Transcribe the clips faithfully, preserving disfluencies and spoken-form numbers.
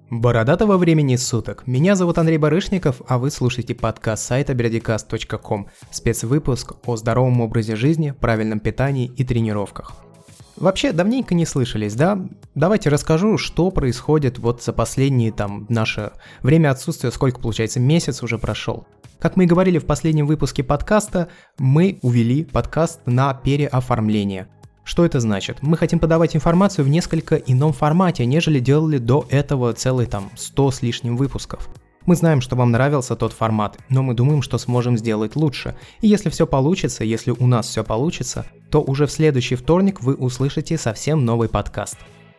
Бородатого времени суток. Меня зовут Андрей Барышников, а вы слушаете подкаст сайта бирдикаст точка ком, спецвыпуск о здоровом образе жизни, правильном питании и тренировках. Вообще, давненько не слышались, да? Давайте расскажу, что происходит вот за последние там наше время отсутствия, сколько получается, месяц уже прошел. Как мы и говорили в последнем выпуске подкаста, мы увели подкаст на переоформление. Что это значит? Мы хотим подавать информацию в несколько ином формате, нежели делали до этого целый там сто с лишним выпусков. Мы знаем, что вам нравился тот формат, но мы думаем, что сможем сделать лучше. И если все получится, если у нас все получится, то уже в следующий вторник вы услышите совсем новый подкаст.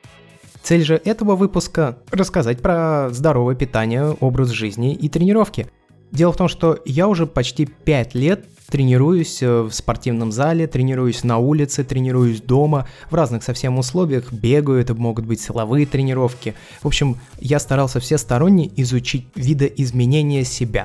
Цель же этого выпуска – рассказать про здоровое питание, образ жизни и тренировки. Дело в том, что я уже почти пять лет тренируюсь в спортивном зале, тренируюсь на улице, тренируюсь дома, в разных совсем условиях, бегаю, это могут быть силовые тренировки. В общем, я старался всесторонне изучить видоизменения себя.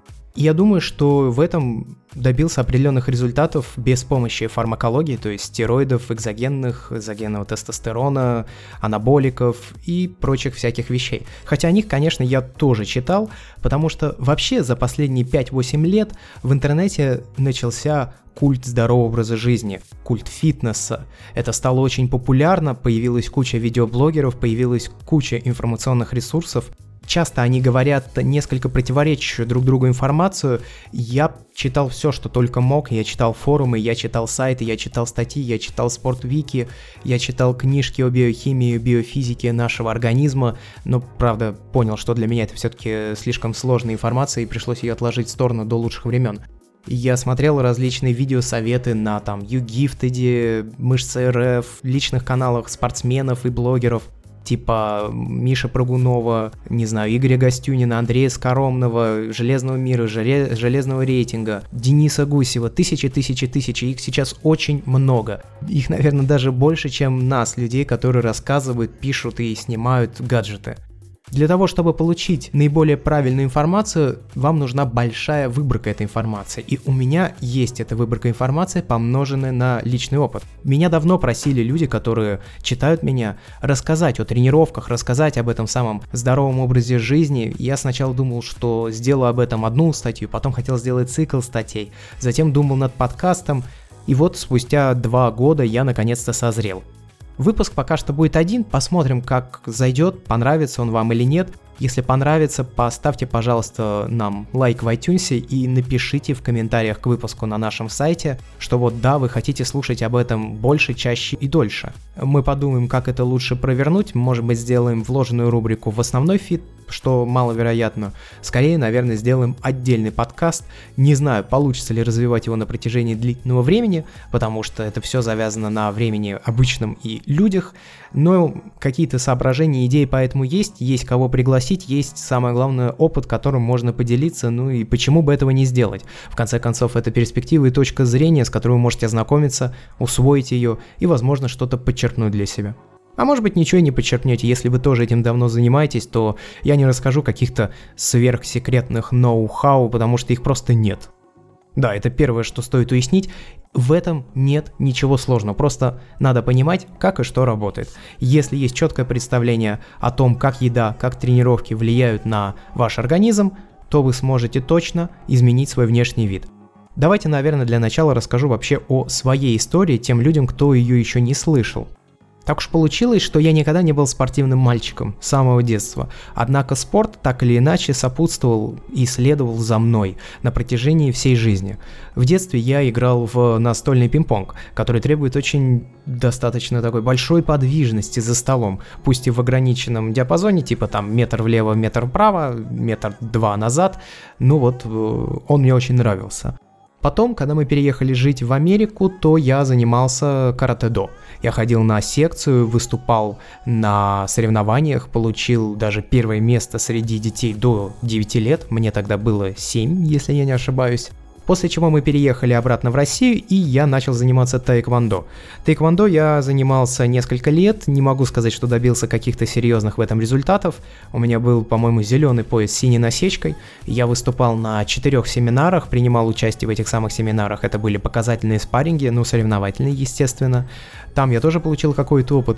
И я думаю, что в этом добился определенных результатов без помощи фармакологии, то есть стероидов, экзогенных, экзогенного тестостерона, анаболиков и прочих всяких вещей. Хотя о них, конечно, я тоже читал, потому что вообще за последние пять-восемь лет в интернете начался культ здорового образа жизни, культ фитнеса. Это стало очень популярно, появилась куча видеоблогеров, появилась куча информационных ресурсов. Часто они говорят несколько противоречащую друг другу информацию. Я читал все, что только мог. Я читал форумы, я читал сайты, я читал статьи, я читал спортвики, я читал книжки о биохимии, биофизике нашего организма. Но, правда, понял, что для меня это все-таки слишком сложная информация, и пришлось ее отложить в сторону до лучших времен. Я смотрел различные видеосоветы на там YouGifted, Мышцы РФ, личных каналах спортсменов и блогеров. Типа Миши Прыгунова, не знаю, Игоря Гостюнина, Андрея Скоромного, Железного мира, желе... Железного рейтинга, Дениса Гусева, тысячи, тысячи, тысячи, их сейчас очень много. Их, наверное, даже больше, чем нас, людей, которые рассказывают, пишут и снимают гаджеты. Для того, чтобы получить наиболее правильную информацию, вам нужна большая выборка этой информации. И у меня есть эта выборка информации, помноженная на личный опыт. Меня давно просили люди, которые читают меня, рассказать о тренировках, рассказать об этом самом здоровом образе жизни. Я сначала думал, что сделаю об этом одну статью, потом хотел сделать цикл статей, затем думал над подкастом. И вот спустя два года я наконец-то созрел. Выпуск пока что будет один, посмотрим, как зайдет, понравится он вам или нет. Если понравится, поставьте, пожалуйста, нам лайк в iTunes и напишите в комментариях к выпуску на нашем сайте, что вот да, вы хотите слушать об этом больше, чаще и дольше. Мы подумаем, как это лучше провернуть, может быть, сделаем вложенную рубрику в основной фид, что маловероятно. Скорее, наверное, сделаем отдельный подкаст. Не знаю, получится ли развивать его на протяжении длительного времени, потому что это все завязано на времени обычном и людях, но какие-то соображения, идеи поэтому есть, есть кого пригласить, есть, самое главное, опыт, которым можно поделиться, ну и почему бы этого не сделать. В конце концов, это перспектива и точка зрения, с которой вы можете ознакомиться, усвоить ее и, возможно, что-то подчеркнуть для себя. А может быть, ничего и не подчеркнете, если вы тоже этим давно занимаетесь, то я не расскажу каких-то сверхсекретных ноу-хау, потому что их просто нет. Да, это первое, что стоит уяснить. В этом нет ничего сложного, просто надо понимать, как и что работает. Если есть четкое представление о том, как еда, как тренировки влияют на ваш организм, то вы сможете точно изменить свой внешний вид. Давайте, наверное, для начала расскажу вообще о своей истории тем людям, кто ее еще не слышал. Так уж получилось, что я никогда не был спортивным мальчиком с самого детства, однако спорт так или иначе сопутствовал и следовал за мной на протяжении всей жизни. В детстве я играл в настольный пинг-понг, который требует очень достаточно такой большой подвижности за столом, пусть и в ограниченном диапазоне, типа там метр влево, метр вправо, метр два назад, ну вот он мне очень нравился. Потом, когда мы переехали жить в Америку, то я занимался каратэ-до. Я ходил на секцию, выступал на соревнованиях, получил даже первое место среди детей до девяти лет, мне тогда было семь, если я не ошибаюсь. После чего мы переехали обратно в Россию, и я начал заниматься таэквондо. Таэквондо я занимался несколько лет, не могу сказать, что добился каких-то серьезных в этом результатов. У меня был, по-моему, зеленый пояс с синей насечкой. Я выступал на четырех семинарах, принимал участие в этих самых семинарах. Это были показательные спарринги, ну, соревновательные, естественно. Там я тоже получил какой-то опыт.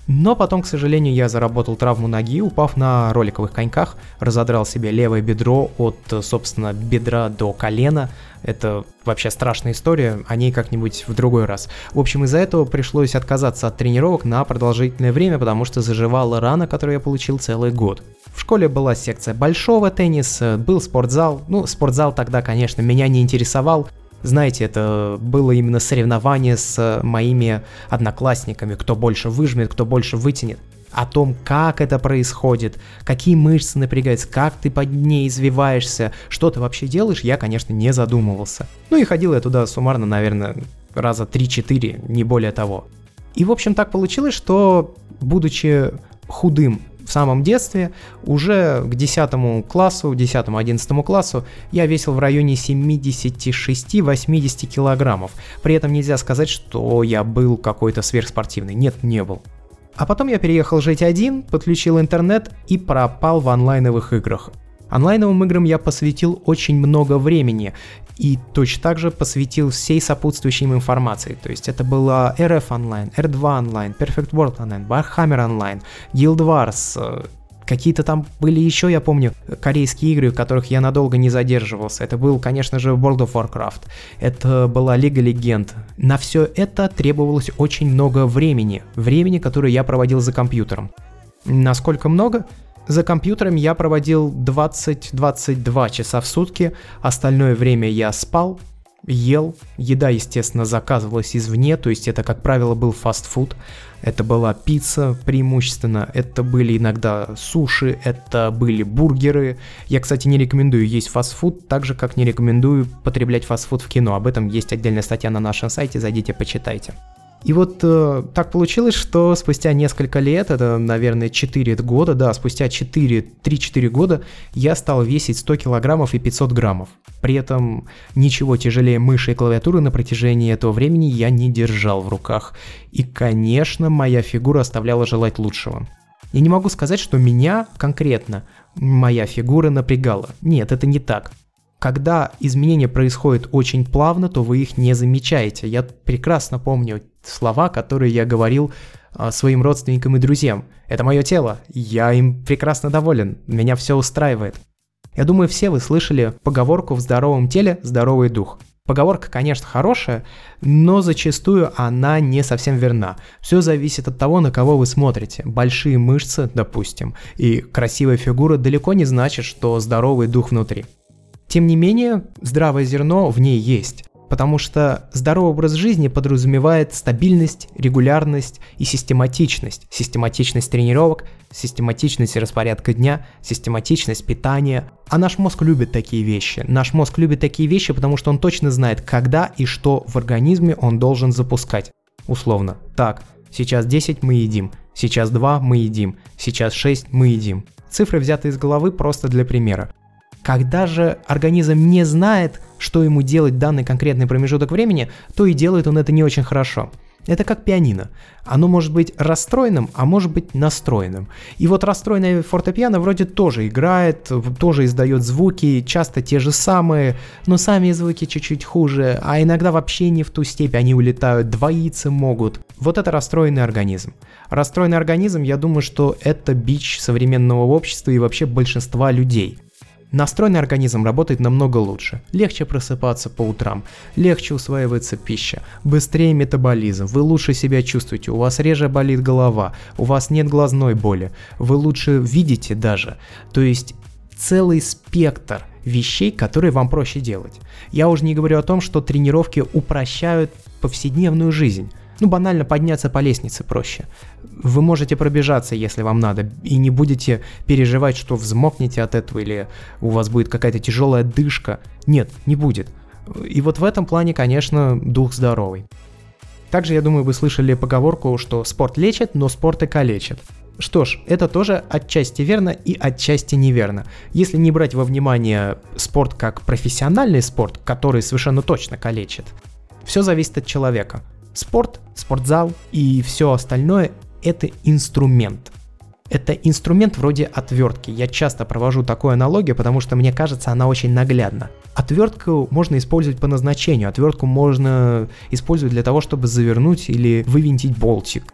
Но потом, к сожалению, я заработал травму ноги, упав на роликовых коньках, разодрал себе левое бедро от, собственно, бедра до колена. Это вообще страшная история, о ней как-нибудь в другой раз. В общем, из-за этого пришлось отказаться от тренировок на продолжительное время, потому что заживала рана, которую я получил целый год. В школе была секция большого тенниса, был спортзал. Ну, спортзал тогда, конечно, меня не интересовал. Знаете, это было именно соревнование с моими одноклассниками, кто больше выжмет, кто больше вытянет. О том, как это происходит, какие мышцы напрягаются, как ты под ней извиваешься, что ты вообще делаешь, я, конечно, не задумывался. Ну и ходил я туда суммарно, наверное, раза три-четыре, не более того. И, в общем, так получилось, что, будучи худым в самом детстве, уже к десятому классу, десятому-одиннадцатому классу я весил в районе семьдесят шесть-восемьдесят килограммов. При этом нельзя сказать, что я был какой-то сверхспортивный. Нет, не был. А потом я переехал жить один, подключил интернет и пропал в онлайновых играх. Онлайновым играм я посвятил очень много времени и точно так же посвятил всей сопутствующей им информации. То есть это было эр эф онлайн, эр два онлайн, Perfect World онлайн, Warhammer онлайн, Guild Wars, какие-то там были еще, я помню, корейские игры, в которых я надолго не задерживался. Это был, конечно же, World of Warcraft, это была Лига Легенд. На все это требовалось очень много времени, времени, которое я проводил за компьютером. Насколько много? За компьютером я проводил двадцать-двадцать два часа в сутки, остальное время я спал, ел, еда, естественно, заказывалась извне, то есть это, как правило, был фастфуд, это была пицца преимущественно, это были иногда суши, это были бургеры. Я, кстати, не рекомендую есть фастфуд, так же, как не рекомендую потреблять фастфуд в кино, об этом есть отдельная статья на нашем сайте, зайдите, почитайте. И вот э, так получилось, что спустя несколько лет, это, наверное, четыре года, да, спустя четыре-три-четыре года я стал весить сто килограммов и пятьсот граммов. При этом ничего тяжелее мыши и клавиатуры на протяжении этого времени я не держал в руках. И, конечно, моя фигура оставляла желать лучшего. Я не могу сказать, что меня конкретно моя фигура напрягала. Нет, это не так. Когда изменения происходят очень плавно, то вы их не замечаете. Я прекрасно помню слова, которые я говорил а, своим родственникам и друзьям. Это мое тело, я им прекрасно доволен, меня все устраивает. Я думаю, все вы слышали поговорку «в здоровом теле здоровый дух». Поговорка, конечно, хорошая, но зачастую она не совсем верна. Все зависит от того, на кого вы смотрите. Большие мышцы, допустим, и красивая фигура далеко не значит, что здоровый дух внутри. Тем не менее, здравое зерно в ней есть, потому что здоровый образ жизни подразумевает стабильность, регулярность и систематичность. Систематичность тренировок, систематичность распорядка дня, систематичность питания. А наш мозг любит такие вещи. Наш мозг любит такие вещи, потому что он точно знает, когда и что в организме он должен запускать. Условно. Так, сейчас десять мы едим, сейчас два мы едим, сейчас шесть мы едим. Цифры взяты из головы просто для примера. Когда же организм не знает, что ему делать в данный конкретный промежуток времени, то и делает он это не очень хорошо. Это как пианино. Оно может быть расстроенным, а может быть настроенным. И вот расстроенное фортепиано вроде тоже играет, тоже издает звуки, часто те же самые, но сами звуки чуть-чуть хуже, а иногда вообще не в ту степень, они улетают, двоиться могут. Вот это расстроенный организм. Расстроенный организм, я думаю, что это бич современного общества и вообще большинства людей. Настроенный организм работает намного лучше. Легче просыпаться по утрам, легче усваивается пища, быстрее метаболизм, вы лучше себя чувствуете, у вас реже болит голова, у вас нет глазной боли, вы лучше видите даже. То есть целый спектр вещей, которые вам проще делать. Я уже не говорю о том, что тренировки упрощают повседневную жизнь. Ну, банально подняться по лестнице проще. Вы можете пробежаться, если вам надо, и не будете переживать, что взмокнете от этого или у вас будет какая-то тяжелая дышка. Нет, не будет. И вот в этом плане, конечно, дух здоровый. Также, я думаю, вы слышали поговорку, что спорт лечит, но спорт и калечит. Что ж, это тоже отчасти верно и отчасти неверно. Если не брать во внимание спорт как профессиональный спорт, который совершенно точно калечит, все зависит от человека. Спорт, спортзал и все остальное – это инструмент. Это инструмент вроде отвертки. Я часто провожу такую аналогию, потому что мне кажется, она очень наглядна. Отвертку можно использовать по назначению. Отвертку можно использовать для того, чтобы завернуть или вывинтить болтик.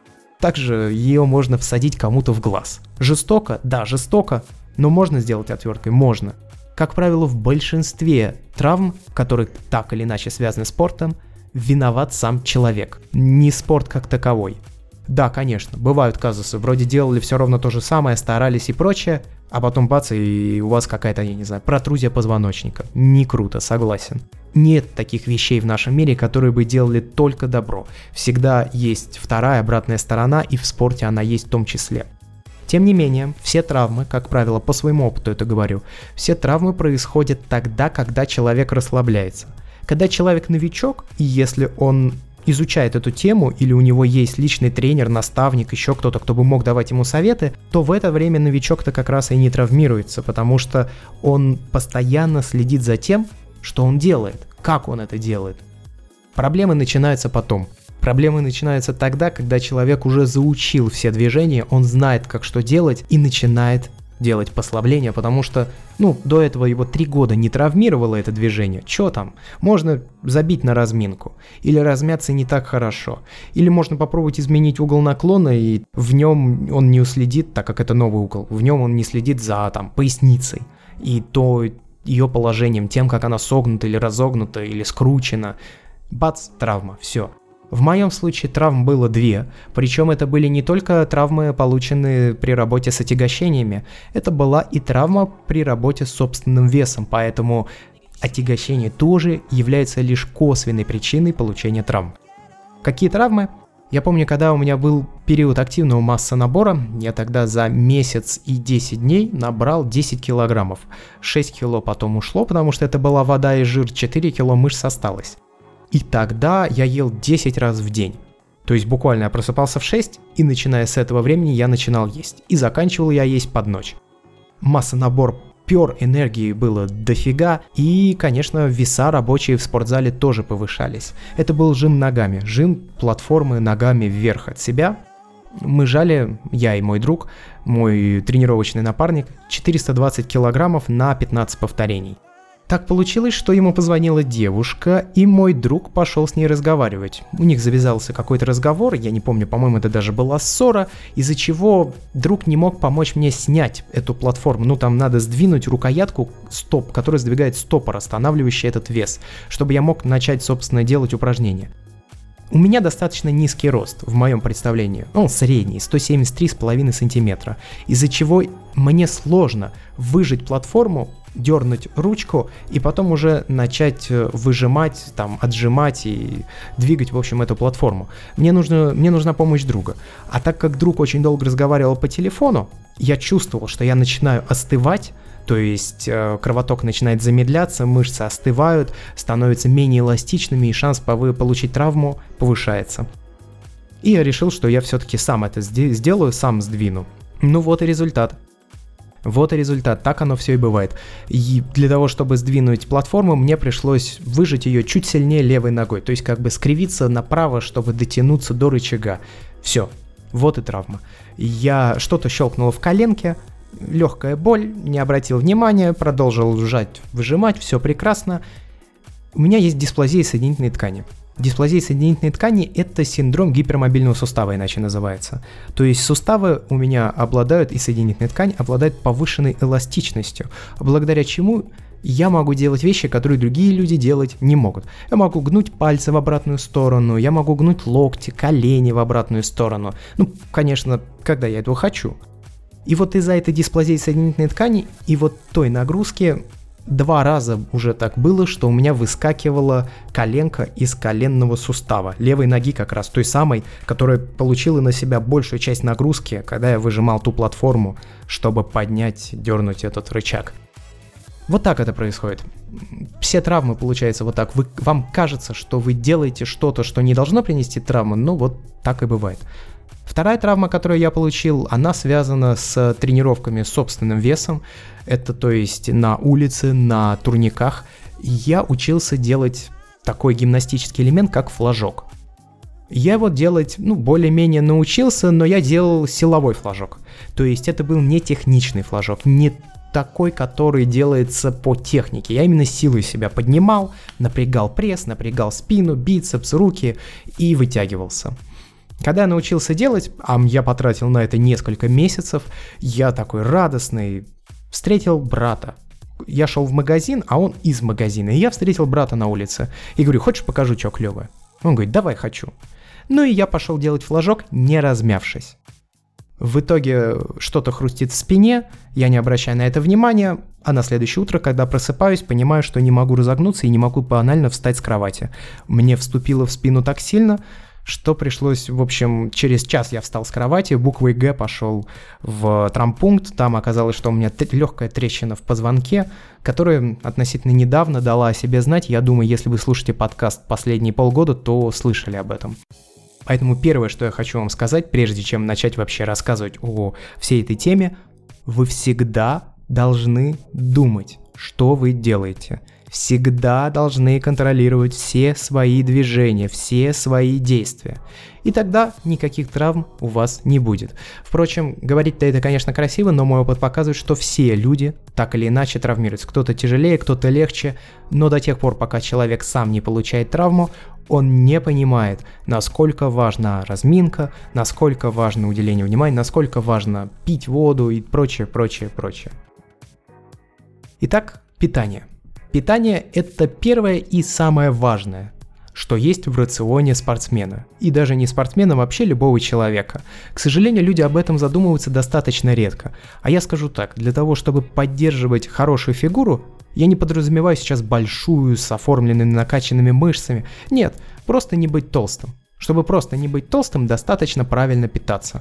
также ее можно всадить кому-то в глаз. Жестоко? Да, жестоко, но можно сделать отверткой? Можно. Как правило, в большинстве травм, которые так или иначе связаны с спортом, виноват сам человек, не спорт как таковой. Да, конечно, бывают казусы, вроде делали все ровно то же самое, старались и прочее, а потом бац, и у вас какая-то, я не знаю, протрузия позвоночника. Не круто, согласен. Нет таких вещей в нашем мире, которые бы делали только добро. Всегда есть вторая, обратная сторона, и в спорте она есть в том числе. Тем не менее, все травмы, как правило, по своему опыту это говорю, все травмы происходят тогда, когда человек расслабляется. Когда человек новичок, и если он изучает эту тему, или у него есть личный тренер, наставник, еще кто-то, кто бы мог давать ему советы, то в это время новичок-то как раз и не травмируется, потому что он постоянно следит за тем, что он делает, как он это делает. Проблемы начинаются потом. Проблемы начинаются тогда, когда человек уже заучил все движения, он знает, как что делать, и начинает делать послабления, потому что, ну, до этого его три года не травмировало это движение. Чё там? Можно забить на разминку, или размяться не так хорошо, или можно попробовать изменить угол наклона, и в нем он не уследит, так как это новый угол, в нем он не следит за, там, поясницей, и то ее положением, тем, как она согнута или разогнута, или скручена. Бац, травма, все. В моем случае травм было две, причем это были не только травмы, полученные при работе с отягощениями, это была и травма при работе с собственным весом, поэтому отягощение тоже является лишь косвенной причиной получения травм. Какие травмы? Я помню, когда у меня был период активного массонабора, я тогда за месяц и десять дней набрал десять килограммов. шесть кило потом ушло, потому что это была вода и жир, четыре кило мышц осталось. И тогда я ел десять раз в день. То есть буквально я просыпался в шесть, и начиная с этого времени я начинал есть. И заканчивал я есть под ночь. Массонабор пёр, энергии было дофига, и, конечно, веса рабочие в спортзале тоже повышались. Это был жим ногами, жим платформы ногами вверх от себя. Мы жали, я и мой друг, мой тренировочный напарник, четыреста двадцать килограммов на пятнадцать повторений. Так получилось, что ему позвонила девушка, и мой друг пошел с ней разговаривать. У них завязался какой-то разговор, я не помню, по-моему, это даже была ссора, из-за чего друг не мог помочь мне снять эту платформу. Ну, там надо сдвинуть рукоятку стоп, которая сдвигает стопор, останавливающий этот вес, чтобы я мог начать, собственно, делать упражнения. У меня достаточно низкий рост, в моем представлении, ну, средний, сто семьдесят три целых пять сантиметра, из-за чего мне сложно выжать платформу, дернуть ручку и потом уже начать выжимать, там, отжимать и двигать, в общем, эту платформу. Мне, нужно, мне нужна помощь друга. А так как друг очень долго разговаривал по телефону, я чувствовал, что я начинаю остывать, то есть э, кровоток начинает замедляться, мышцы остывают, становятся менее эластичными, и шанс получить травму повышается. И я решил, что я все-таки сам это сделаю, сам сдвину. Ну вот и результат. Вот и результат, так оно все и бывает. И для того, чтобы сдвинуть платформу, мне пришлось выжать ее чуть сильнее левой ногой, то есть как бы скривиться направо, чтобы дотянуться до рычага. Все, вот и травма. Я что-то щелкнуло в коленке, легкая боль, не обратил внимания, продолжил сжать, выжимать, все прекрасно. У меня есть дисплазия соединительной ткани. Дисплазия соединительной ткани – это синдром гипермобильного сустава, иначе называется. То есть суставы у меня обладают, и соединительная ткань обладает повышенной эластичностью, благодаря чему я могу делать вещи, которые другие люди делать не могут. Я могу гнуть пальцы в обратную сторону, я могу гнуть локти, колени в обратную сторону. Ну, конечно, когда я этого хочу. И вот из-за этой дисплазии соединительной ткани и вот той нагрузки два раза уже так было, что у меня выскакивала коленка из коленного сустава, левой ноги как раз, той самой, которая получила на себя большую часть нагрузки, когда я выжимал ту платформу, чтобы поднять, дернуть этот рычаг. Вот так это происходит. Все травмы получаются вот так. Вы, вам кажется, что вы делаете что-то, что не должно принести травму, но вот так и бывает. Вторая травма, которую я получил, она связана с тренировками с собственным весом. Это то есть на улице, на турниках. Я учился делать такой гимнастический элемент, как флажок. Я его делать, ну, более-менее научился, но я делал силовой флажок. То есть это был не техничный флажок, не такой, который делается по технике. Я именно силой себя поднимал, напрягал пресс, напрягал спину, бицепс, руки и вытягивался. Когда я научился делать, а я потратил на это несколько месяцев, я такой радостный, встретил брата. Я шел в магазин, а он из магазина, и я встретил брата на улице. И говорю, хочешь покажу, что клевое? Он говорит, давай, хочу. Ну и я пошел делать флажок, не размявшись. В итоге что-то хрустит в спине, я не обращаю на это внимания, а на следующее утро, когда просыпаюсь, понимаю, что не могу разогнуться и не могу банально встать с кровати. Мне вступило в спину так сильно, что пришлось, в общем, через час я встал с кровати, буквой «Г» пошел в травмпункт, там оказалось, что у меня т- легкая трещина в позвонке, которая относительно недавно дала о себе знать, я думаю, если вы слушаете подкаст последние полгода, то слышали об этом. Поэтому первое, что я хочу вам сказать, прежде чем начать вообще рассказывать о всей этой теме, вы всегда должны думать, что вы делаете. Всегда должны контролировать все свои движения, все свои действия. И тогда никаких травм у вас не будет. Впрочем, говорить-то это, конечно, красиво, но мой опыт показывает, что все люди так или иначе травмируются. Кто-то тяжелее, кто-то легче, но до тех пор, пока человек сам не получает травму, он не понимает, насколько важна разминка, насколько важно уделение внимания, насколько важно пить воду и прочее, прочее, прочее. Итак, питание. Питание – это первое и самое важное, что есть в рационе спортсмена. И даже не спортсмена, вообще любого человека. К сожалению, люди об этом задумываются достаточно редко. А я скажу так, для того, чтобы поддерживать хорошую фигуру, я не подразумеваю сейчас большую, с оформленными накачанными мышцами. Нет, просто не быть толстым. Чтобы просто не быть толстым, достаточно правильно питаться.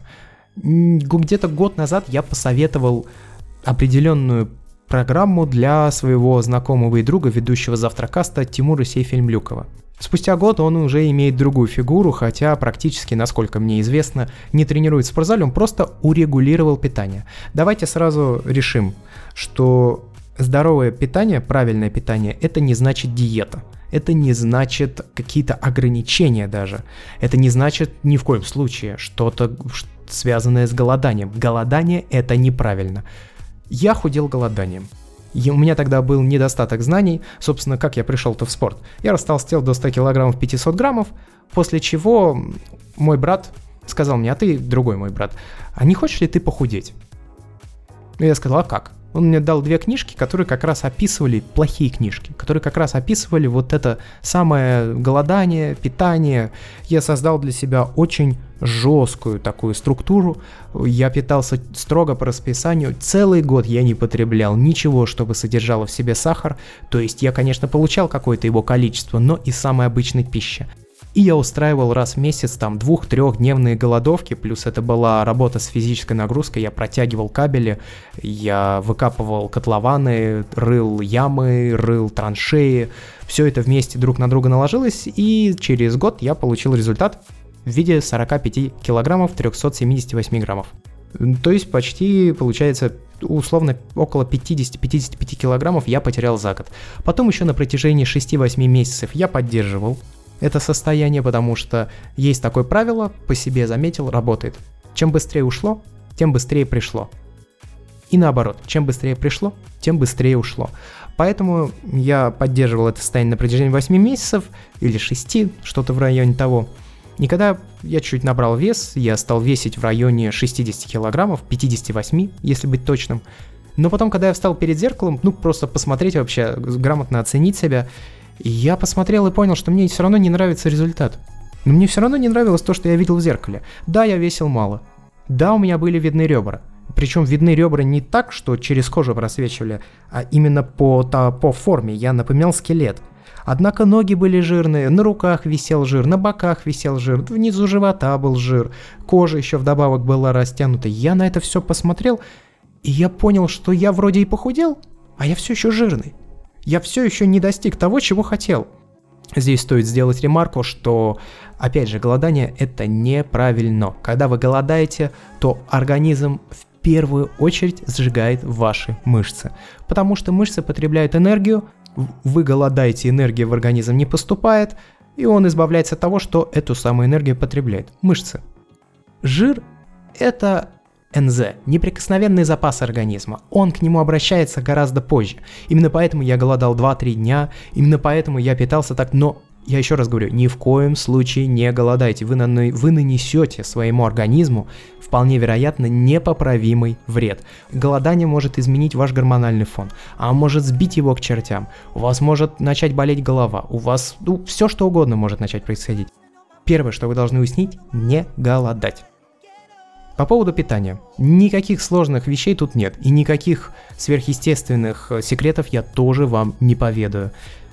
Где-то год назад я посоветовал определенную программу для своего знакомого и друга, ведущего Завтракаста Тимура Сейфельмлюкова. Спустя год он уже имеет другую фигуру, хотя практически, насколько мне известно, не тренирует в спортзале, он просто урегулировал питание. Давайте сразу решим, что здоровое питание, правильное питание, это не значит диета. Это не значит какие-то ограничения даже. Это не значит ни в коем случае что-то связанное с голоданием. Голодание – это неправильно. Я худел голоданием. И у меня тогда был недостаток знаний, собственно, как я пришел-то в спорт. Я растолстел до ста килограммов пятисот граммов, после чего мой брат сказал мне, а ты, другой мой брат, а не хочешь ли ты похудеть? И я сказал, а как? Он мне дал две книжки, которые как раз описывали, плохие книжки, которые как раз описывали вот это самое голодание, питание. Я создал для себя очень жесткую такую структуру. Я питался строго по расписанию. Целый год я не потреблял ничего, чтобы содержало в себе сахар. То есть я, конечно, получал какое-то его количество, но из самой обычной пищи. И я устраивал раз в месяц там двух-трехдневные голодовки, плюс это была работа с физической нагрузкой, я протягивал кабели, я выкапывал котлованы, рыл ямы, рыл траншеи, все это вместе друг на друга наложилось, и через год я получил результат в виде сорок пять килограммов триста семьдесят восемь граммов. То есть почти, получается, условно около пятьдесят-пятьдесят пять килограммов я потерял за год. Потом еще на протяжении шести-восьми месяцев я поддерживал это состояние, потому что есть такое правило, по себе заметил, работает. Чем быстрее ушло, тем быстрее пришло. И наоборот, чем быстрее пришло, тем быстрее ушло. Поэтому я поддерживал это состояние на протяжении восьми месяцев или шести, что-то в районе того. И когда я чуть набрал вес, я стал весить в районе шестьдесят килограммов, пятьдесят восемь, если быть точным. Но потом, когда я встал перед зеркалом, ну просто посмотреть вообще, грамотно оценить себя, я посмотрел и понял, что мне все равно не нравится результат. Но мне все равно не нравилось то, что я видел в зеркале. Да, я весил мало. Да, у меня были видны ребра. Причем видны ребра не так, что через кожу просвечивали, а именно по, та, по форме. Я напоминал скелет. Однако ноги были жирные, на руках висел жир, на боках висел жир, внизу живота был жир, кожа еще вдобавок была растянута. Я на это все посмотрел, и я понял, что я вроде и похудел, а я все еще жирный. Я все еще не достиг того, чего хотел. Здесь стоит сделать ремарку, что, опять же, голодание – это неправильно. Когда вы голодаете, то организм в первую очередь сжигает ваши мышцы. Потому что мышцы потребляют энергию, вы голодаете, энергия в организм не поступает, и он избавляется от того, что эту самую энергию потребляет. Мышцы. Жир – это эн зэ, неприкосновенный запас организма. Он к нему обращается гораздо позже. Именно поэтому я голодал два-три дня, именно поэтому я питался так, но Я еще раз говорю, ни в коем случае не голодайте. Вы, на, вы нанесете своему организму вполне вероятно непоправимый вред. Голодание может изменить ваш гормональный фон, а может сбить его к чертям. У вас может начать болеть голова, у вас ну, все что угодно может начать происходить. Первое, что вы должны уяснить, не голодать. По поводу питания. Никаких сложных вещей тут нет, и никаких сверхъестественных секретов я тоже вам не поведаю.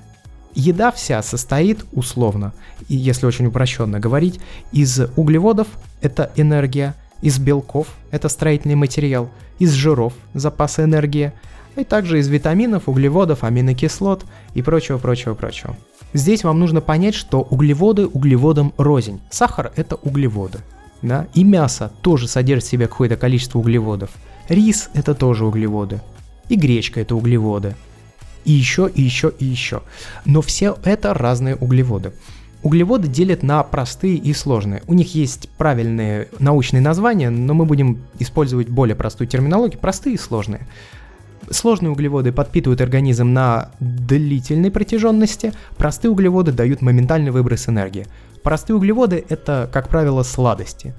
Еда вся состоит, условно, и если очень упрощенно говорить, из углеводов – это энергия, из белков – это строительный материал, из жиров – запасы энергии, и также из витаминов, углеводов, аминокислот и прочего-прочего-прочего. Здесь вам нужно понять, что углеводы углеводам рознь. Сахар – это углеводы, да? И мясо тоже содержит в себе какое-то количество углеводов. Рис – это тоже углеводы, и гречка – это углеводы. И еще, и еще, и еще. Но все это разные углеводы. Углеводы делят на простые и сложные. У них есть правильные научные названия, но мы будем использовать более простую терминологию. Простые и сложные. Сложные углеводы подпитывают организм на длительной протяженности. Простые углеводы дают моментальный выброс энергии. Простые углеводы – это, как правило, сладости.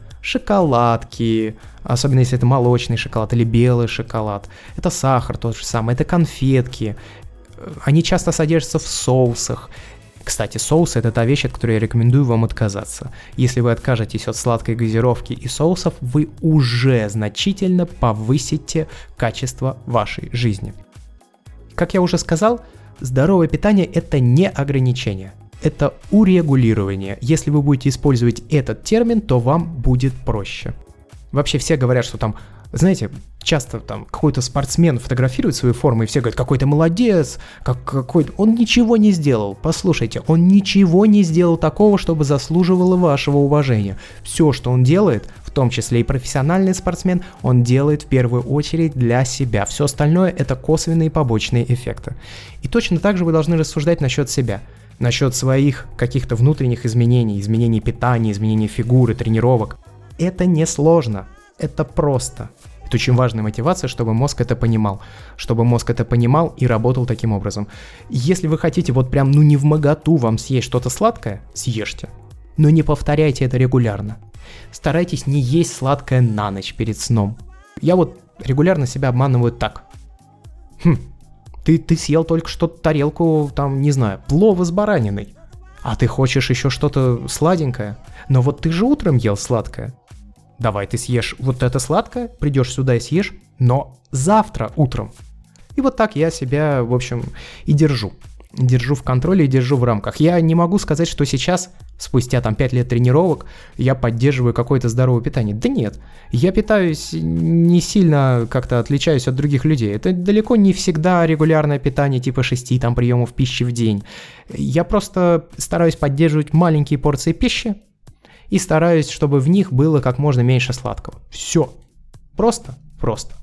Шоколадки, особенно если это молочный шоколад или белый шоколад. Это сахар тот же самый, это конфетки. Они часто содержатся в соусах. Кстати, соус – это та вещь, от которой я рекомендую вам отказаться. Если вы откажетесь от сладкой газировки и соусов, вы уже значительно повысите качество вашей жизни. Как я уже сказал, здоровое питание – это не ограничение. Это урегулирование. Если вы будете использовать этот термин, то вам будет проще. Вообще все говорят, что там, знаете, часто там какой-то спортсмен фотографирует свои формы, и все говорят, какой-то молодец, как какой-то... Он ничего не сделал. Послушайте, он ничего не сделал такого, чтобы заслуживало вашего уважения. Все, что он делает, в том числе и профессиональный спортсмен, он делает в первую очередь для себя. Все остальное – это косвенные побочные эффекты. И точно так же вы должны рассуждать насчет себя. Насчет своих каких-то внутренних изменений, изменений питания, изменений фигуры, тренировок. Это не сложно, это просто. Это очень важная мотивация, чтобы мозг это понимал. Чтобы мозг это понимал и работал таким образом. Если вы хотите вот прям ну не вмоготу вам съесть что-то сладкое, съешьте. Но не повторяйте это регулярно. Старайтесь не есть сладкое на ночь перед сном. Я вот регулярно себя обманываю так. Хм. Ты, ты съел только что тарелку, там, не знаю, плова с бараниной. А ты хочешь еще что-то сладенькое? Но вот ты же утром ел сладкое. Давай ты съешь вот это сладкое, придешь сюда и съешь, но завтра утром. И вот так я себя, в общем, и держу. Держу в контроле и держу в рамках. Я не могу сказать, что сейчас, спустя там пять лет тренировок, я поддерживаю какое-то здоровое питание. Да нет, я питаюсь не сильно как-то отличаюсь от других людей. Это далеко не всегда регулярное питание типа шести там приемов пищи в день. Я просто стараюсь поддерживать маленькие порции пищи и стараюсь, чтобы в них было как можно меньше сладкого. Все. Просто, просто.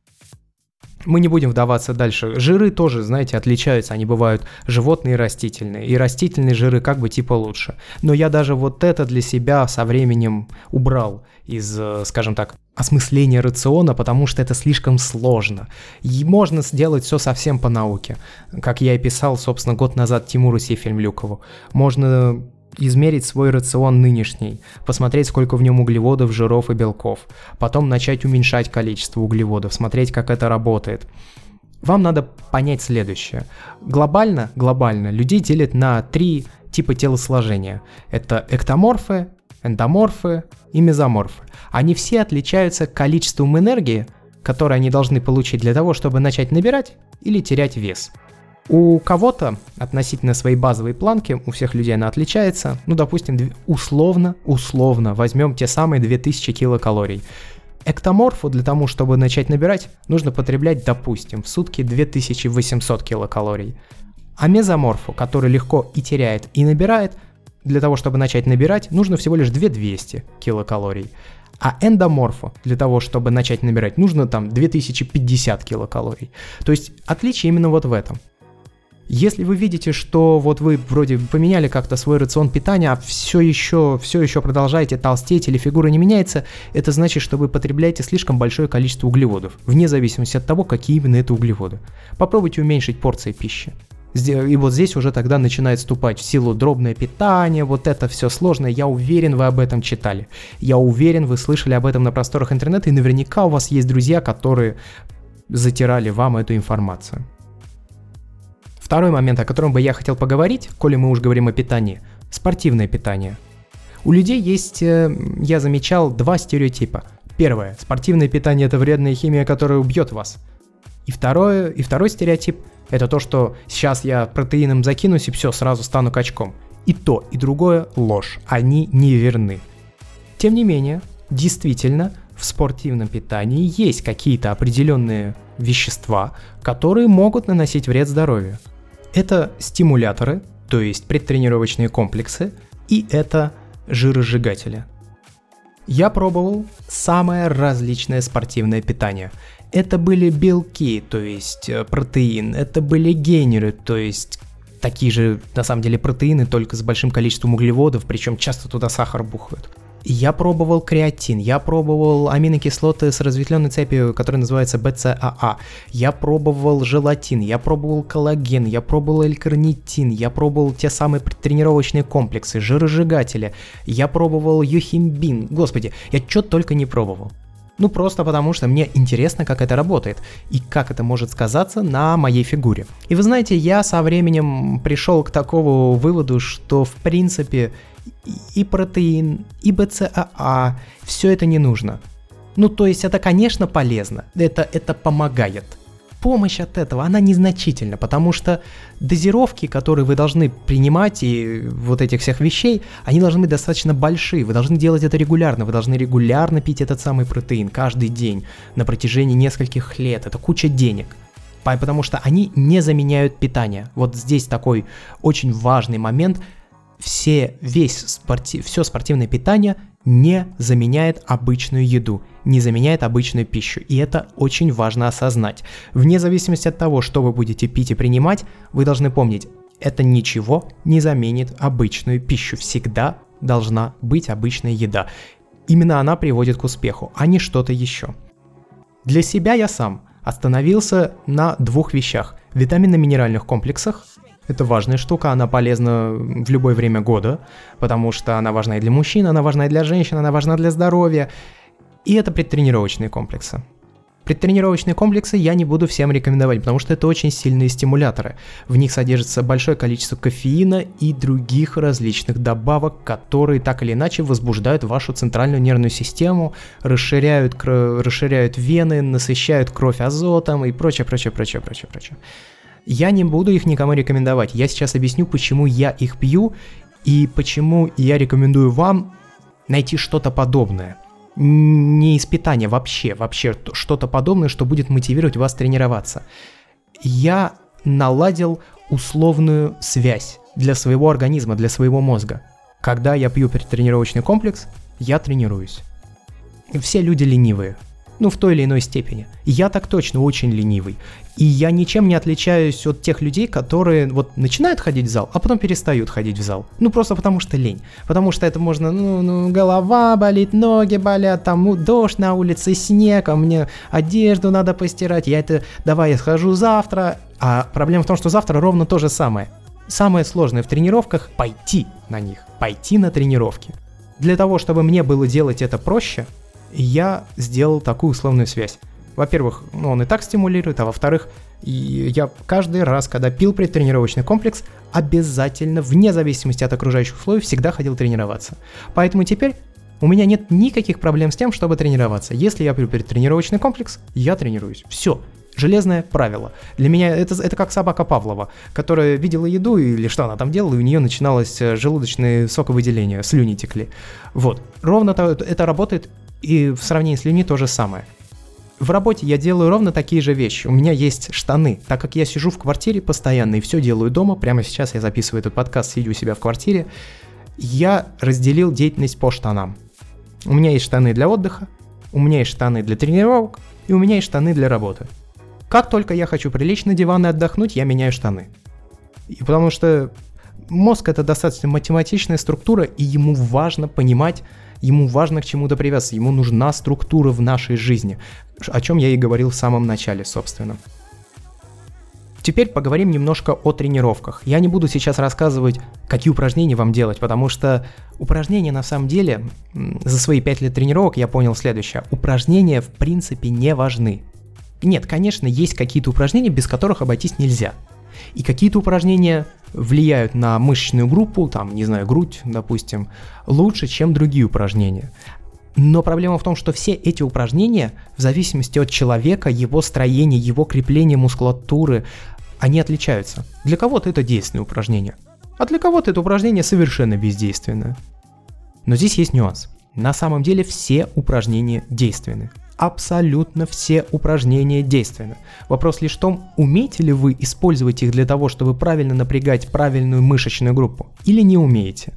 Мы не будем вдаваться дальше. Жиры тоже, знаете, отличаются. Они бывают животные и растительные. И растительные жиры как бы типа лучше. Но я даже вот это для себя со временем убрал из, скажем так, осмысления рациона, потому что это слишком сложно. И можно сделать все совсем по науке. Как я и писал, собственно, год назад Тимуру Сефельмлюкову. Можно измерить свой рацион нынешний, посмотреть, сколько в нем углеводов, жиров и белков, потом начать уменьшать количество углеводов, смотреть, как это работает. Вам надо понять следующее. Глобально, глобально людей делят на три типа телосложения. Это эктоморфы, эндоморфы и мезоморфы. Они все отличаются количеством энергии, которую они должны получить для того, чтобы начать набирать или терять вес. У кого-то относительно своей базовой планки, у всех людей она отличается, ну, допустим, условно, условно возьмем те самые две тысячи килокалорий. Эктоморфу для того, чтобы начать набирать, нужно потреблять, допустим, в сутки две тысячи восемьсот килокалорий. А мезоморфу, который легко и теряет, и набирает, для того, чтобы начать набирать, нужно всего лишь две тысячи двести килокалорий. А эндоморфу, для того, чтобы начать набирать, нужно там две тысячи пятьдесят килокалорий. То есть отличие именно вот в этом. Если вы видите, что вот вы вроде поменяли как-то свой рацион питания, а все еще, все еще продолжаете толстеть или фигура не меняется, это значит, что вы потребляете слишком большое количество углеводов, вне зависимости от того, какие именно это углеводы. Попробуйте уменьшить порции пищи. И вот здесь уже тогда начинает вступать в силу дробное питание, вот это все сложное. Я уверен, вы об этом читали. Я уверен, вы слышали об этом на просторах интернета, и наверняка у вас есть друзья, которые затирали вам эту информацию. Второй момент, о котором бы я хотел поговорить, коли мы уж говорим о питании, спортивное питание. У людей есть, я замечал, два стереотипа. Первое, спортивное питание – это вредная химия, которая убьет вас. И, второе, и второй стереотип – это то, что сейчас я протеином закинусь и все, сразу стану качком. И то, и другое ложь. Они не верны. Тем не менее, действительно, в спортивном питании есть какие-то определенные вещества, которые могут наносить вред здоровью. Это стимуляторы, то есть предтренировочные комплексы, и это жиросжигатели. Я пробовал самое различное спортивное питание. Это были белки, то есть протеин, это были гейнеры, то есть такие же, на самом деле, протеины, только с большим количеством углеводов, причем часто туда сахар бухают. Я пробовал креатин, я пробовал аминокислоты с разветвленной цепью, которая называется би си эй эй, я пробовал желатин, я пробовал коллаген, я пробовал L-карнитин, я пробовал те самые тренировочные комплексы, жиросжигатели, я пробовал юхимбин, господи, я что только не пробовал. Ну просто потому, что мне интересно, как это работает и как это может сказаться на моей фигуре. И вы знаете, я со временем пришел к такому выводу, что в принципе и протеин, и би си эй эй, все это не нужно. Ну то есть это, конечно, полезно, это, это помогает. Помощь от этого, она незначительна, потому что дозировки, которые вы должны принимать, и вот этих всех вещей, они должны быть достаточно большие, вы должны делать это регулярно, вы должны регулярно пить этот самый протеин каждый день на протяжении нескольких лет, это куча денег, потому что они не заменяют питание. Вот здесь такой очень важный момент, все, весь спорти, все спортивное питание не заменяет обычную еду, не заменяет обычную пищу, и это очень важно осознать. Вне зависимости от того, что вы будете пить и принимать, вы должны помнить, это ничего не заменит обычную пищу, всегда должна быть обычная еда. Именно она приводит к успеху, а не что-то еще. Для себя я сам остановился на двух вещах: витаминно-минеральных комплексах. Это важная штука, она полезна в любое время года, потому что она важна и для мужчин, она важна и для женщин, она важна для здоровья. И это предтренировочные комплексы. Предтренировочные комплексы я не буду всем рекомендовать, потому что это очень сильные стимуляторы. В них содержится большое количество кофеина и других различных добавок, которые так или иначе возбуждают вашу центральную нервную систему, расширяют, кро- расширяют вены, насыщают кровь азотом и прочее, прочее, прочее, прочее, прочее. Я не буду их никому рекомендовать. Я сейчас объясню, почему я их пью и почему я рекомендую вам найти что-то подобное. Не из питания вообще, вообще что-то подобное, что будет мотивировать вас тренироваться. Я наладил условную связь для своего организма, для своего мозга. Когда я пью предтренировочный комплекс, я тренируюсь. Все люди ленивые. Ну, в той или иной степени. Я так точно очень ленивый. И я ничем не отличаюсь от тех людей, которые вот начинают ходить в зал, а потом перестают ходить в зал. Ну, просто потому что лень. Потому что это можно, ну, ну голова болит, ноги болят, там дождь на улице, снег, а мне одежду надо постирать. Я это, давай я схожу завтра. А проблема в том, что завтра ровно то же самое. Самое сложное в тренировках – пойти на них, пойти на тренировки. Для того, чтобы мне было делать это проще, я сделал такую условную связь. Во-первых, ну, он и так стимулирует, а во-вторых, я каждый раз, когда пил предтренировочный комплекс, обязательно, вне зависимости от окружающих условий, всегда ходил тренироваться. Поэтому теперь у меня нет никаких проблем с тем, чтобы тренироваться. Если я пью предтренировочный комплекс, я тренируюсь. Все. Железное правило. Для меня это, это как собака Павлова, которая видела еду или что она там делала, и у нее начиналось желудочное соковыделение, слюни текли. Вот. Ровно это работает, и в сравнении с людьми то же самое. В работе я делаю ровно такие же вещи. У меня есть штаны, так как я сижу в квартире постоянно и все делаю дома. Прямо сейчас я записываю этот подкаст, сидя у себя в квартире. Я разделил деятельность по штанам. У меня есть штаны для отдыха, у меня есть штаны для тренировок, и у меня есть штаны для работы. Как только я хочу прилечь на диван и отдохнуть, я меняю штаны. И потому что мозг — это достаточно математичная структура, и ему важно понимать, ему важно к чему-то привязаться, ему нужна структура в нашей жизни, о чем я и говорил в самом начале, собственно. Теперь поговорим немножко о тренировках. Я не буду сейчас рассказывать, какие упражнения вам делать, потому что упражнения на самом деле, за свои пять лет тренировок я понял следующее. Упражнения в принципе не важны. Нет, конечно, есть какие-то упражнения, без которых обойтись нельзя. И какие-то упражнения влияют на мышечную группу, там, не знаю, грудь, допустим, лучше, чем другие упражнения. Но проблема в том, что все эти упражнения, в зависимости от человека, его строения, его крепления мускулатуры, они отличаются. Для кого-то это действенное упражнение, а для кого-то это упражнение совершенно бездейственное. Но здесь есть нюанс. На самом деле все упражнения действенны. Абсолютно все упражнения действенны. Вопрос лишь в том, умеете ли вы использовать их для того, чтобы правильно напрягать правильную мышечную группу, или не умеете.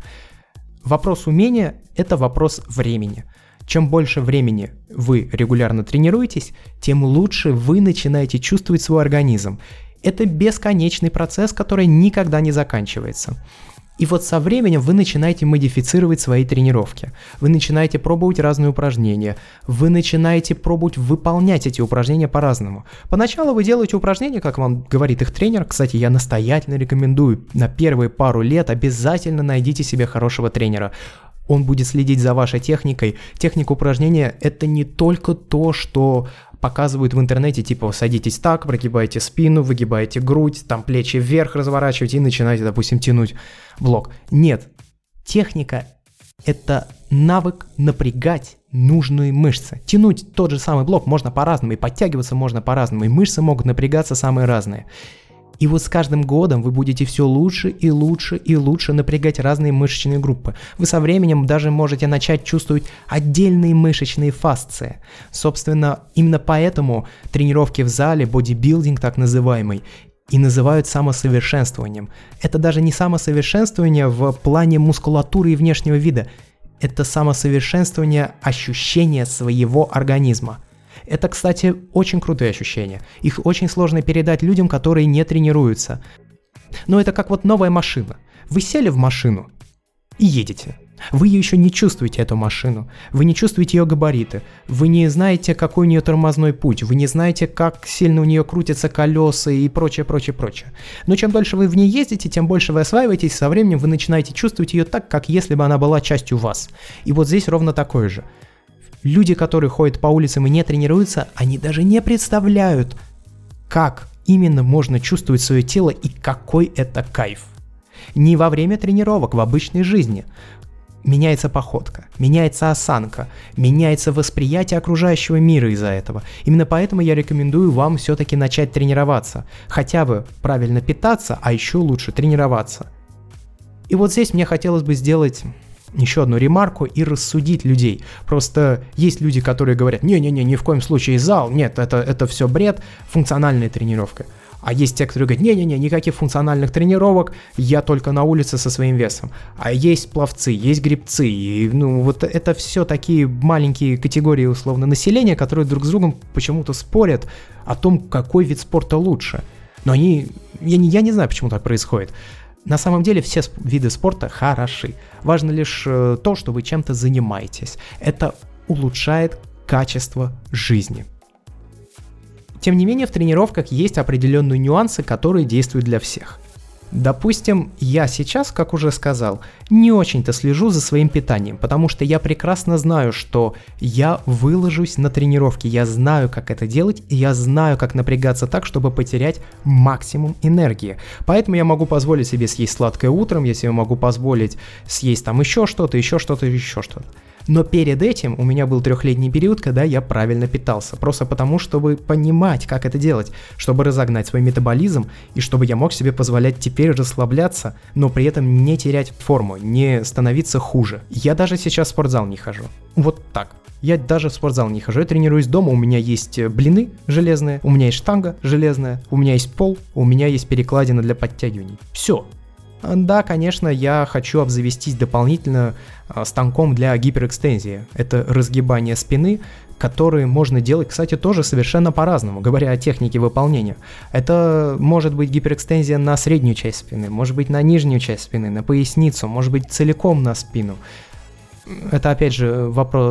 Вопрос умения – это вопрос времени. Чем больше времени вы регулярно тренируетесь, тем лучше вы начинаете чувствовать свой организм. Это бесконечный процесс, который никогда не заканчивается. И вот со временем вы начинаете модифицировать свои тренировки. Вы начинаете пробовать разные упражнения. Вы начинаете пробовать выполнять эти упражнения по-разному. Поначалу вы делаете упражнения, как вам говорит их тренер. Кстати, я настоятельно рекомендую на первые пару лет обязательно найдите себе хорошего тренера. Он будет следить за вашей техникой. Техника упражнения – это не только то, что показывают в интернете, типа садитесь так, прогибаете спину, выгибаете грудь, там плечи вверх разворачиваете и начинаете, допустим, тянуть блок. Нет, техника – это навык напрягать нужные мышцы. Тянуть тот же самый блок можно по-разному, и подтягиваться можно по-разному, и мышцы могут напрягаться самые разные. И вот с каждым годом вы будете все лучше и лучше и лучше напрягать разные мышечные группы. Вы со временем даже можете начать чувствовать отдельные мышечные фасции. Собственно, именно поэтому тренировки в зале, бодибилдинг так называемый, и называют самосовершенствованием. Это даже не самосовершенствование в плане мускулатуры и внешнего вида. Это самосовершенствование ощущения своего организма. Это, кстати, очень крутые ощущения. Их очень сложно передать людям, которые не тренируются. Но это как вот новая машина. Вы сели в машину и едете. Вы еще не чувствуете эту машину. Вы не чувствуете ее габариты. Вы не знаете, какой у нее тормозной путь. Вы не знаете, как сильно у нее крутятся колеса и прочее, прочее, прочее. Но чем дольше вы в ней ездите, тем больше вы осваиваетесь. Со временем вы начинаете чувствовать ее так, как если бы она была частью вас. И вот здесь ровно такое же. Люди, которые ходят по улицам и не тренируются, они даже не представляют, как именно можно чувствовать свое тело и какой это кайф. Не во время тренировок, в обычной жизни. Меняется походка, меняется осанка, меняется восприятие окружающего мира из-за этого. Именно поэтому я рекомендую вам все-таки начать тренироваться. Хотя бы правильно питаться, а еще лучше тренироваться. И вот здесь мне хотелось бы сделать еще одну ремарку и рассудить людей. Просто есть люди, которые говорят: не-не-не, ни в коем случае зал, нет, это, это все бред, функциональная тренировка. А есть те, которые говорят: не-не-не, никаких функциональных тренировок, я только на улице со своим весом. А есть пловцы, есть гребцы, и ну вот это все такие маленькие категории условно населения, которые друг с другом почему-то спорят о том, какой вид спорта лучше. Но они, я не, я не знаю, почему так происходит. На самом деле все сп- виды спорта хороши. Важно лишь э, то, что вы чем-то занимаетесь. Это улучшает качество жизни. Тем не менее, в тренировках есть определенные нюансы, которые действуют для всех. Допустим, я сейчас, как уже сказал, не очень-то слежу за своим питанием, потому что я прекрасно знаю, что я выложусь на тренировки, я знаю, как это делать, и я знаю, как напрягаться так, чтобы потерять максимум энергии. Поэтому я могу позволить себе съесть сладкое утром, я себе могу позволить съесть там еще что-то, еще что-то, еще что-то. Но перед этим у меня был трехлетний период, когда я правильно питался. Просто потому, чтобы понимать, как это делать, чтобы разогнать свой метаболизм, и чтобы я мог себе позволять теперь расслабляться, но при этом не терять форму, не становиться хуже. Я даже сейчас в спортзал не хожу. Вот так. Я даже в спортзал не хожу, я тренируюсь дома, у меня есть блины железные, у меня есть штанга железная, у меня есть пол, у меня есть перекладина для подтягиваний. Все. Да, конечно, я хочу обзавестись дополнительно станком для гиперэкстензии. Это разгибание спины, которые можно делать, кстати, тоже совершенно по-разному, говоря о технике выполнения. Это может быть гиперэкстензия на среднюю часть спины, может быть на нижнюю часть спины, на поясницу, может быть целиком на спину. Это, опять же, вопрос, ну,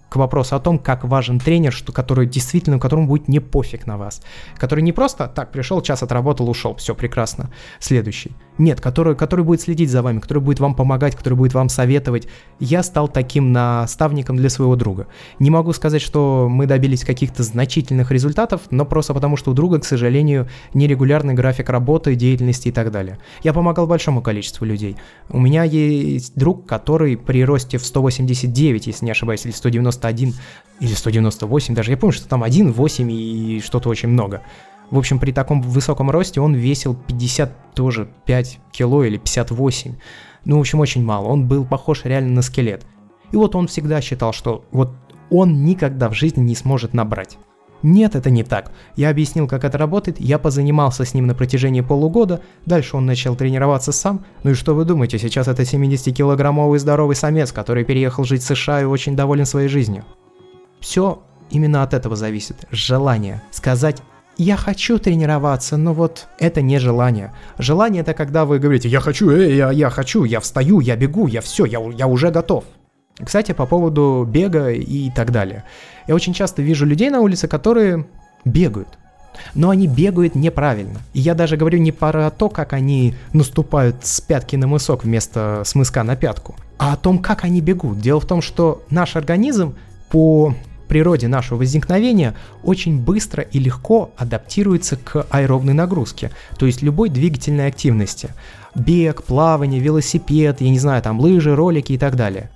к вопросу о том, как важен тренер, что, который действительно, которому будет не пофиг на вас. Который не просто так пришел, час отработал, ушел, все прекрасно, следующий. Нет, который, который будет следить за вами, который будет вам помогать, который будет вам советовать. Я стал таким наставником для своего друга. Не могу сказать, что мы добились каких-то значительных результатов, но просто потому, что у друга, к сожалению, нерегулярный график работы, деятельности и так далее. Я помогал большому количеству людей. У меня есть друг, который при росте в сто восемьдесят девять, если не ошибаюсь, или сто девяносто один, или сто девяносто восемь, даже я помню, что там один, восемь и что-то очень много. В общем, при таком высоком росте он весил пятьдесят тоже пять кило или пятьдесят восемь. Ну, в общем, очень мало. Он был похож реально на скелет. И вот он всегда считал, что вот он никогда в жизни не сможет набрать. Нет, это не так. Я объяснил, как это работает, я позанимался с ним на протяжении полугода, дальше он начал тренироваться сам. Ну и что вы думаете, сейчас это семидесятикилограммовый здоровый самец, который переехал жить в США и очень доволен своей жизнью. Все именно от этого зависит. Желание. Сказать: я хочу тренироваться, но вот это не желание. Желание — это когда вы говорите: я хочу, э, я, я хочу, я встаю, я бегу, я все, я, я уже готов. Кстати, по поводу бега и так далее. Я очень часто вижу людей на улице, которые бегают. Но они бегают неправильно. И я даже говорю не про то, как они наступают с пятки на мысок вместо с мыска на пятку, а о том, как они бегут. Дело в том, что наш организм по природе нашего возникновения очень быстро и легко адаптируется к аэробной нагрузке, то есть любой двигательной активности. Бег, плавание, велосипед, я не знаю, там лыжи, ролики и так далее.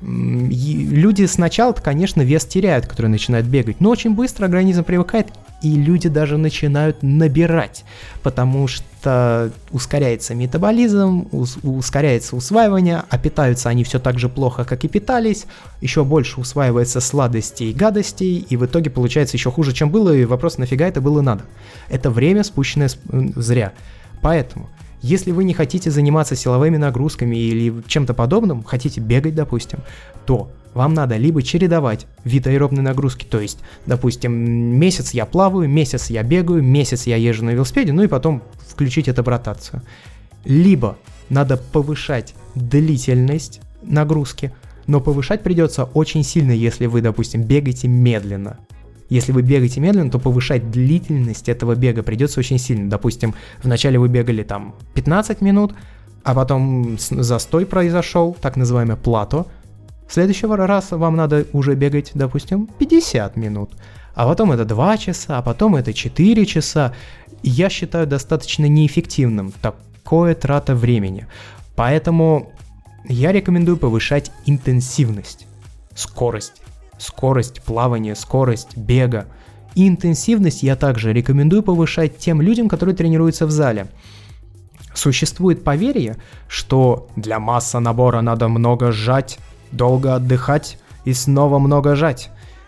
Люди сначала-то, конечно, вес теряют, которые начинают бегать, но очень быстро организм привыкает, и люди даже начинают набирать, потому что ускоряется метаболизм, ус- ускоряется усваивание, а питаются они все так же плохо, как и питались, еще больше усваивается сладостей и гадостей, и в итоге получается еще хуже, чем было, и вопрос: нафига это было надо? Это время, спущенное зря. Поэтому если вы не хотите заниматься силовыми нагрузками или чем-то подобным, хотите бегать, допустим, то вам надо либо чередовать вид аэробной нагрузки, то есть, допустим, месяц я плаваю, месяц я бегаю, месяц я езжу на велосипеде, ну и потом включить это в ротацию. Либо надо повышать длительность нагрузки, но повышать придется очень сильно, если вы, допустим, бегаете медленно. Если вы бегаете медленно, то повышать длительность этого бега придется очень сильно. Допустим, вначале вы бегали там пятнадцать минут, а потом застой произошел, так называемое плато. В следующего раза вам надо уже бегать, допустим, пятьдесят минут. А потом это два часа, а потом это четыре часа. Я считаю достаточно неэффективным такое трата времени. Поэтому я рекомендую повышать интенсивность, скорость. Скорость плавания, скорость бега. И интенсивность я также рекомендую повышать тем людям, которые тренируются в зале. Существует поверье, что для масса-набора надо много сжать, долго отдыхать и снова много жать.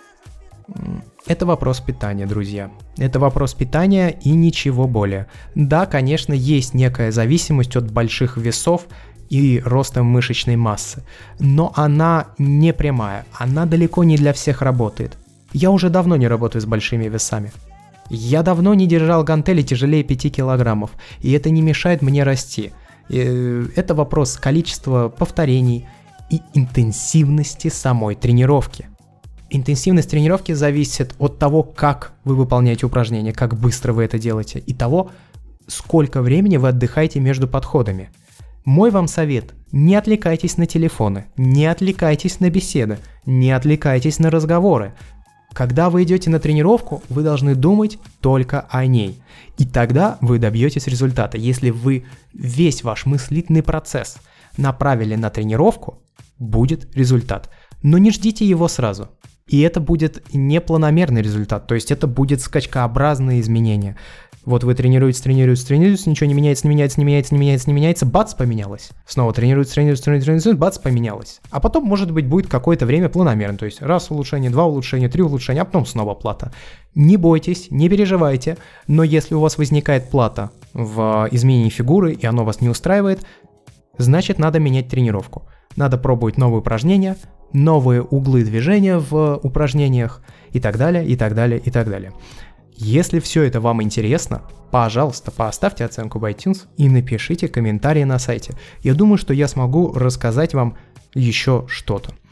Это вопрос питания, друзья. Это вопрос питания и ничего более. Да, конечно, есть некая зависимость от больших весов и роста мышечной массы, но она не прямая, она далеко не для всех работает. Я уже давно не работаю с большими весами. Я давно не держал гантели тяжелее пяти килограммов, и это не мешает мне расти. Это вопрос количества повторений и интенсивности самой тренировки. Интенсивность тренировки зависит от того, как вы выполняете упражнения, как быстро вы это делаете, и того, сколько времени вы отдыхаете между подходами. Мой вам совет: не отвлекайтесь на телефоны, не отвлекайтесь на беседы, не отвлекайтесь на разговоры. Когда вы идете на тренировку, вы должны думать только о ней. И тогда вы добьетесь результата. Если вы весь ваш мыслительный процесс направили на тренировку, будет результат. Но не ждите его сразу. И это будет не планомерный результат, то есть это будет скачкообразные изменения. Вот вы тренируетесь, тренируетесь, тренируетесь, ничего не меняется, не меняется, не меняется, не меняется, не меняется, бац, поменялось. Снова тренируетесь, тренируетесь, тренируетесь, тренируетесь, бац, поменялось. А потом, может быть, будет какое-то время планомерно, то есть раз улучшение, два улучшения, три улучшения, а потом снова плата. Не бойтесь, не переживайте, но если у вас возникает плата в изменении фигуры и оно вас не устраивает, значит, надо менять тренировку. Надо пробовать новые упражнения, новые углы движения в упражнениях и так далее, и так далее, и так далее. Если все это вам интересно, пожалуйста, поставьте оценку в iTunes и напишите комментарии на сайте. Я думаю, что я смогу рассказать вам еще что-то.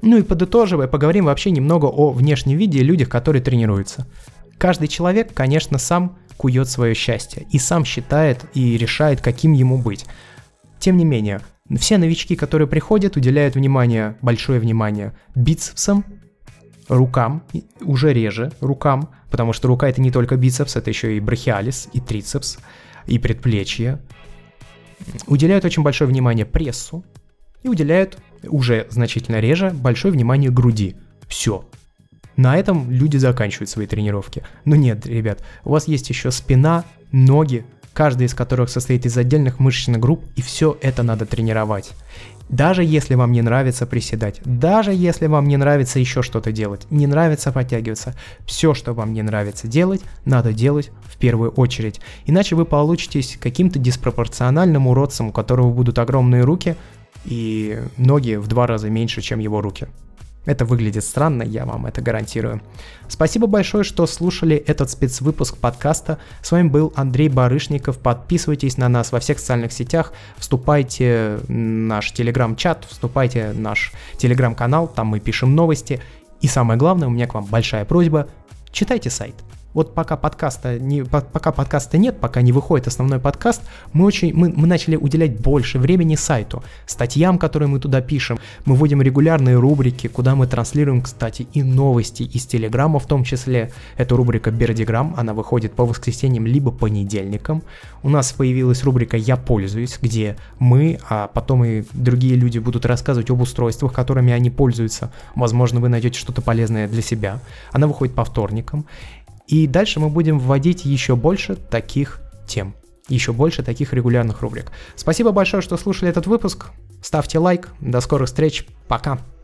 Ну и подытоживая, поговорим вообще немного о внешнем виде и людях, которые тренируются. Каждый человек, конечно, сам кует свое счастье и сам считает и решает, каким ему быть. Тем не менее, все новички, которые приходят, уделяют внимание, большое внимание бицепсам, рукам, уже реже рукам, потому что рука — это не только бицепс, это еще и брахиалис, и трицепс, и предплечье. Уделяют очень большое внимание прессу и уделяют уже значительно реже большое внимание груди. Все. На этом люди заканчивают свои тренировки. Но нет, ребят, у вас есть еще спина, ноги, каждая из которых состоит из отдельных мышечных групп, и все это надо тренировать. Даже если вам не нравится приседать, даже если вам не нравится еще что-то делать, не нравится подтягиваться, все, что вам не нравится делать, надо делать в первую очередь. Иначе вы получитесь каким-то диспропорциональным уродцем, у которого будут огромные руки и ноги в два раза меньше, чем его руки. Это выглядит странно, я вам это гарантирую. Спасибо большое, что слушали этот спецвыпуск подкаста. С вами был Андрей Барышников. Подписывайтесь на нас во всех социальных сетях, вступайте в наш телеграм-чат, вступайте в наш телеграм-канал, там мы пишем новости. И самое главное, у меня к вам большая просьба, читайте сайт. Вот пока подкаста, не, пока подкаста нет, пока не выходит основной подкаст, мы, очень, мы, мы начали уделять больше времени сайту, статьям, которые мы туда пишем. Мы вводим регулярные рубрики, куда мы транслируем, кстати, и новости из Телеграма, в том числе. Это рубрика Бердиграм, она выходит по воскресеньям либо понедельникам. У нас появилась рубрика «Я пользуюсь», где мы, а потом и другие люди будут рассказывать об устройствах, которыми они пользуются. Возможно, вы найдете что-то полезное для себя. Она выходит по вторникам. И дальше мы будем вводить еще больше таких тем, еще больше таких регулярных рубрик. Спасибо большое, что слушали этот выпуск. Ставьте лайк. До скорых встреч. Пока.